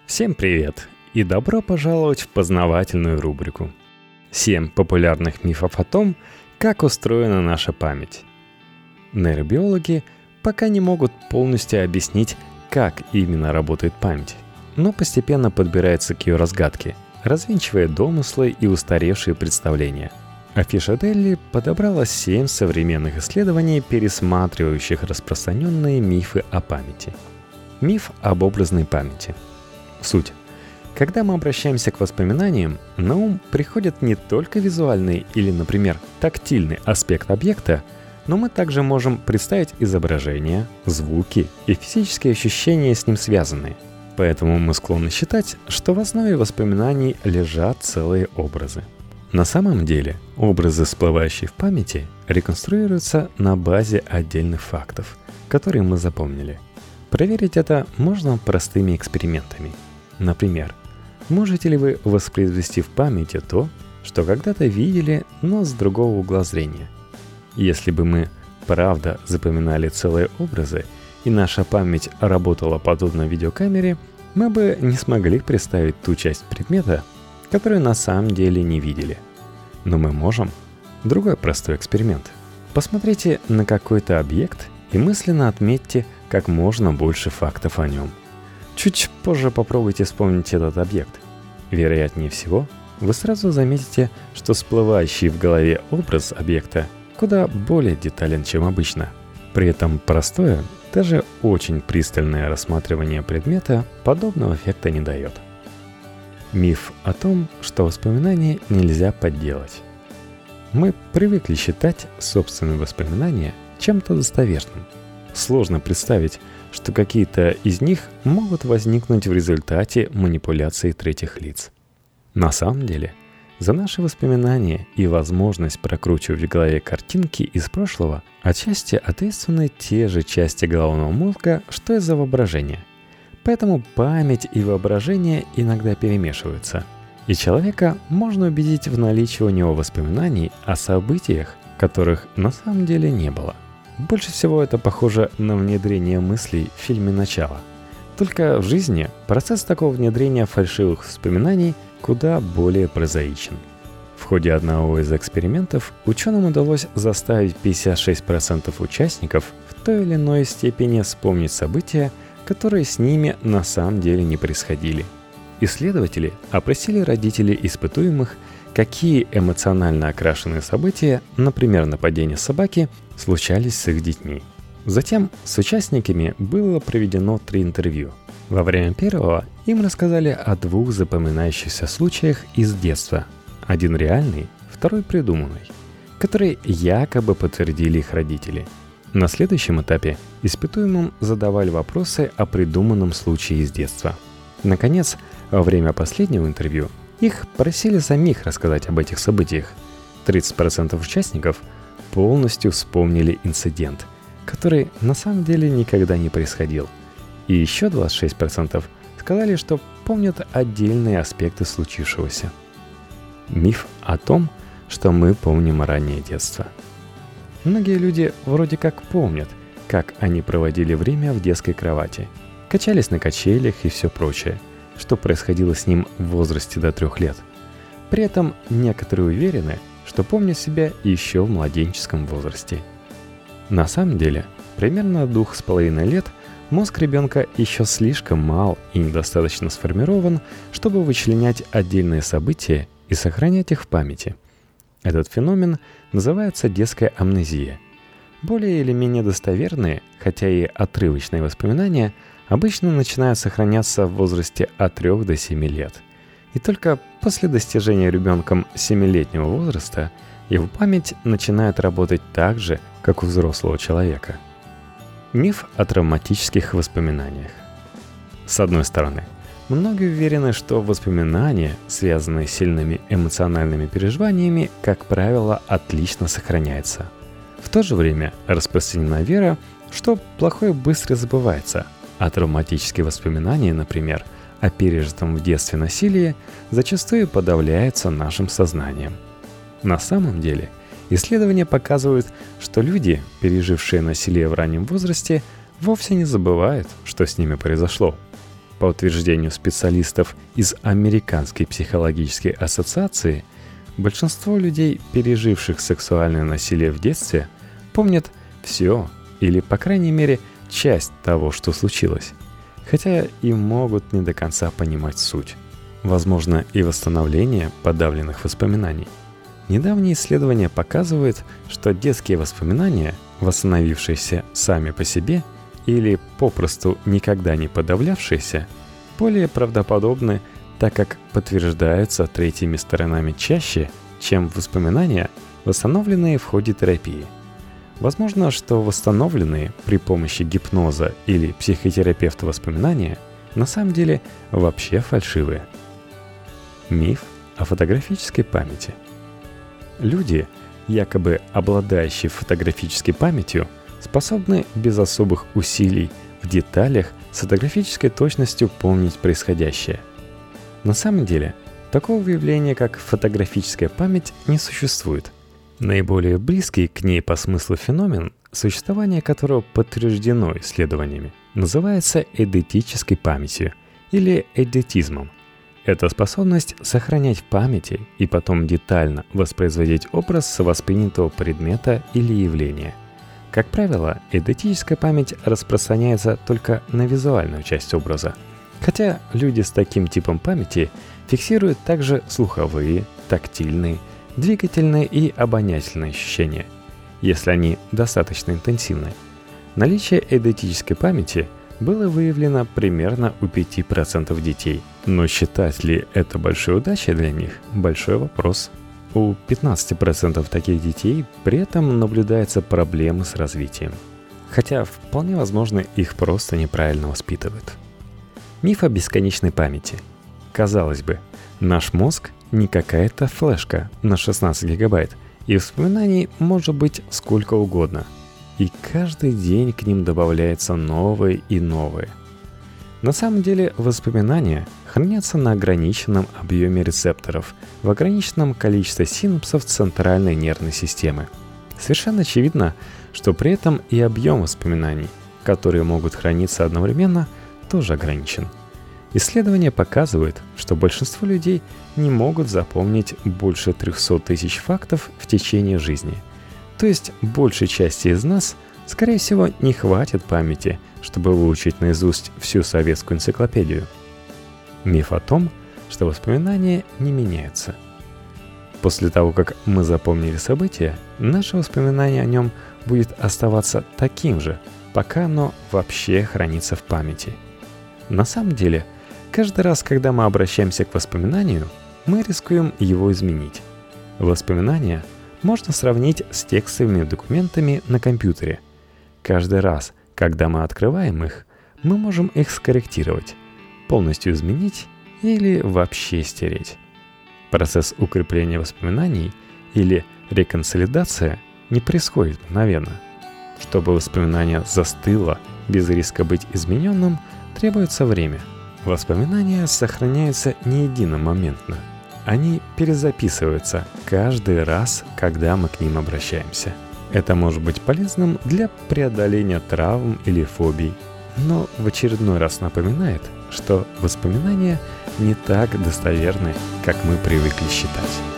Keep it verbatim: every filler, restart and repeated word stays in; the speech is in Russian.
Всем привет и добро пожаловать в познавательную рубрику. Семь популярных мифов о том, как устроена наша память. Нейробиологи пока не могут полностью объяснить, как именно работает память, но постепенно подбираются к ее разгадке, развенчивая домыслы и устаревшие представления. Афиша Делли подобрала семь современных исследований, пересматривающих распространенные мифы о памяти. Миф об образной памяти. Суть. Когда мы обращаемся к воспоминаниям, на ум приходит не только визуальный или, например, тактильный аспект объекта, но мы также можем представить изображения, звуки и физические ощущения с ним связанные. Поэтому мы склонны считать, что в основе воспоминаний лежат целые образы. На самом деле, образы, всплывающие в памяти, реконструируются на базе отдельных фактов, которые мы запомнили. Проверить это можно простыми экспериментами. Например, можете ли вы воспроизвести в памяти то, что когда-то видели, но с другого угла зрения? Если бы мы правда запоминали целые образы, и наша память работала подобно видеокамере, мы бы не смогли представить ту часть предмета, которую на самом деле не видели. Но мы можем. Другой простой эксперимент. Посмотрите на какой-то объект и мысленно отметьте как можно больше фактов о нем. Чуть позже попробуйте вспомнить этот объект. Вероятнее всего, вы сразу заметите, что всплывающий в голове образ объекта куда более детален, чем обычно. При этом простое, даже очень пристальное рассматривание предмета подобного эффекта не дает. Миф о том, что воспоминания нельзя подделать. Мы привыкли считать собственные воспоминания чем-то достоверным. Сложно представить, что какие-то из них могут возникнуть в результате манипуляции третьих лиц. На самом деле, за наши воспоминания и возможность прокручивать в голове картинки из прошлого отчасти ответственны те же части головного мозга, что и за воображение. Поэтому память и воображение иногда перемешиваются, и человека можно убедить в наличии у него воспоминаний о событиях, которых на самом деле не было. Больше всего это похоже на внедрение мыслей в фильме «Начало». Только в жизни процесс такого внедрения фальшивых воспоминаний куда более прозаичен. В ходе одного из экспериментов ученым удалось заставить пятьдесят шесть процентов участников в той или иной степени вспомнить события, которые с ними на самом деле не происходили. Исследователи опросили родителей испытуемых, какие эмоционально окрашенные события, например, нападение собаки, случались с их детьми. Затем с участниками было проведено три интервью. Во время первого им рассказали о двух запоминающихся случаях из детства. Один реальный, второй придуманный, которые якобы подтвердили их родители. На следующем этапе испытуемым задавали вопросы о придуманном случае из детства. Наконец, во время последнего интервью их просили самих рассказать об этих событиях. тридцать процентов участников полностью вспомнили инцидент, который на самом деле никогда не происходил. И еще двадцать шесть процентов сказали, что помнят отдельные аспекты случившегося. Миф о том, что мы помним раннее детство. Многие люди вроде как помнят, как они проводили время в детской кровати, качались на качелях и все прочее, что происходило с ним в возрасте до трех лет. При этом некоторые уверены, что помнят себя еще в младенческом возрасте. На самом деле, примерно до двух с половиной лет мозг ребенка еще слишком мал и недостаточно сформирован, чтобы вычленять отдельные события и сохранять их в памяти. Этот феномен называется детская амнезия. Более или менее достоверные, хотя и отрывочные воспоминания обычно начинают сохраняться в возрасте от трёх до семи лет. И только после достижения ребенком семилетнего возраста его память начинает работать так же, как у взрослого человека. Миф о травматических воспоминаниях. С одной стороны, многие уверены, что воспоминания, связанные с сильными эмоциональными переживаниями, как правило, отлично сохраняются. В то же время распространена вера, что плохое быстро забывается, а травматические воспоминания, например, о пережитом в детстве насилии, зачастую подавляются нашим сознанием. На самом деле, исследования показывают, что люди, пережившие насилие в раннем возрасте, вовсе не забывают, что с ними произошло. По утверждению специалистов из Американской психологической ассоциации, большинство людей, переживших сексуальное насилие в детстве, помнят все или, по крайней мере, часть того, что случилось, хотя и могут не до конца понимать суть. Возможно и восстановление подавленных воспоминаний. Недавние исследования показывают, что детские воспоминания, восстановившиеся сами по себе или попросту никогда не подавлявшиеся, более правдоподобны, так как подтверждаются третьими сторонами чаще, чем воспоминания, восстановленные в ходе терапии. Возможно, что восстановленные при помощи гипноза или психотерапевта воспоминания на самом деле вообще фальшивые. Миф о фотографической памяти. Люди, якобы обладающие фотографической памятью, способны без особых усилий в деталях с фотографической точностью помнить происходящее. На самом деле, такого явления, как фотографическая память, не существует. Наиболее близкий к ней по смыслу феномен, существование которого подтверждено исследованиями, называется эйдетической памятью или эйдетизмом. Это способность сохранять в памяти и потом детально воспроизводить образ воспринятого предмета или явления. Как правило, эйдетическая память распространяется только на визуальную часть образа, хотя люди с таким типом памяти фиксируют также слуховые, тактильные, двигательные и обонятельные ощущения, если они достаточно интенсивны. Наличие эйдетической памяти было выявлено примерно у пяти процентов детей. Но считать ли это большой удачей для них – большой вопрос. У пятнадцати процентов таких детей при этом наблюдаются проблемы с развитием. Хотя вполне возможно, их просто неправильно воспитывают. Миф о бесконечной памяти. Казалось бы, наш мозг не какая-то флешка на шестнадцать гигабайт, и воспоминаний может быть сколько угодно. И каждый день к ним добавляется новые и новые. На самом деле воспоминания хранятся на ограниченном объеме рецепторов в ограниченном количестве синапсов центральной нервной системы. Совершенно очевидно, что при этом и объем воспоминаний, которые могут храниться одновременно, тоже ограничен. Исследования показывают, что большинство людей не могут запомнить больше трехсот тысяч фактов в течение жизни. То есть большей части из нас, скорее всего, не хватит памяти, чтобы выучить наизусть всю советскую энциклопедию. Миф о том, что воспоминания не меняются. После того, как мы запомнили событие, наше воспоминание о нем будет оставаться таким же, пока оно вообще хранится в памяти. На самом деле, каждый раз, когда мы обращаемся к воспоминанию, мы рискуем его изменить. Воспоминания можно сравнить с текстовыми документами на компьютере. Каждый раз, когда мы открываем их, мы можем их скорректировать, полностью изменить или вообще стереть. Процесс укрепления воспоминаний или реконсолидация не происходит мгновенно. Чтобы воспоминание застыло без риска быть измененным, требуется время. Воспоминания сохраняются не единомоментно. Они перезаписываются каждый раз, когда мы к ним обращаемся. Это может быть полезным для преодоления травм или фобий, но в очередной раз напоминает, что воспоминания не так достоверны, как мы привыкли считать.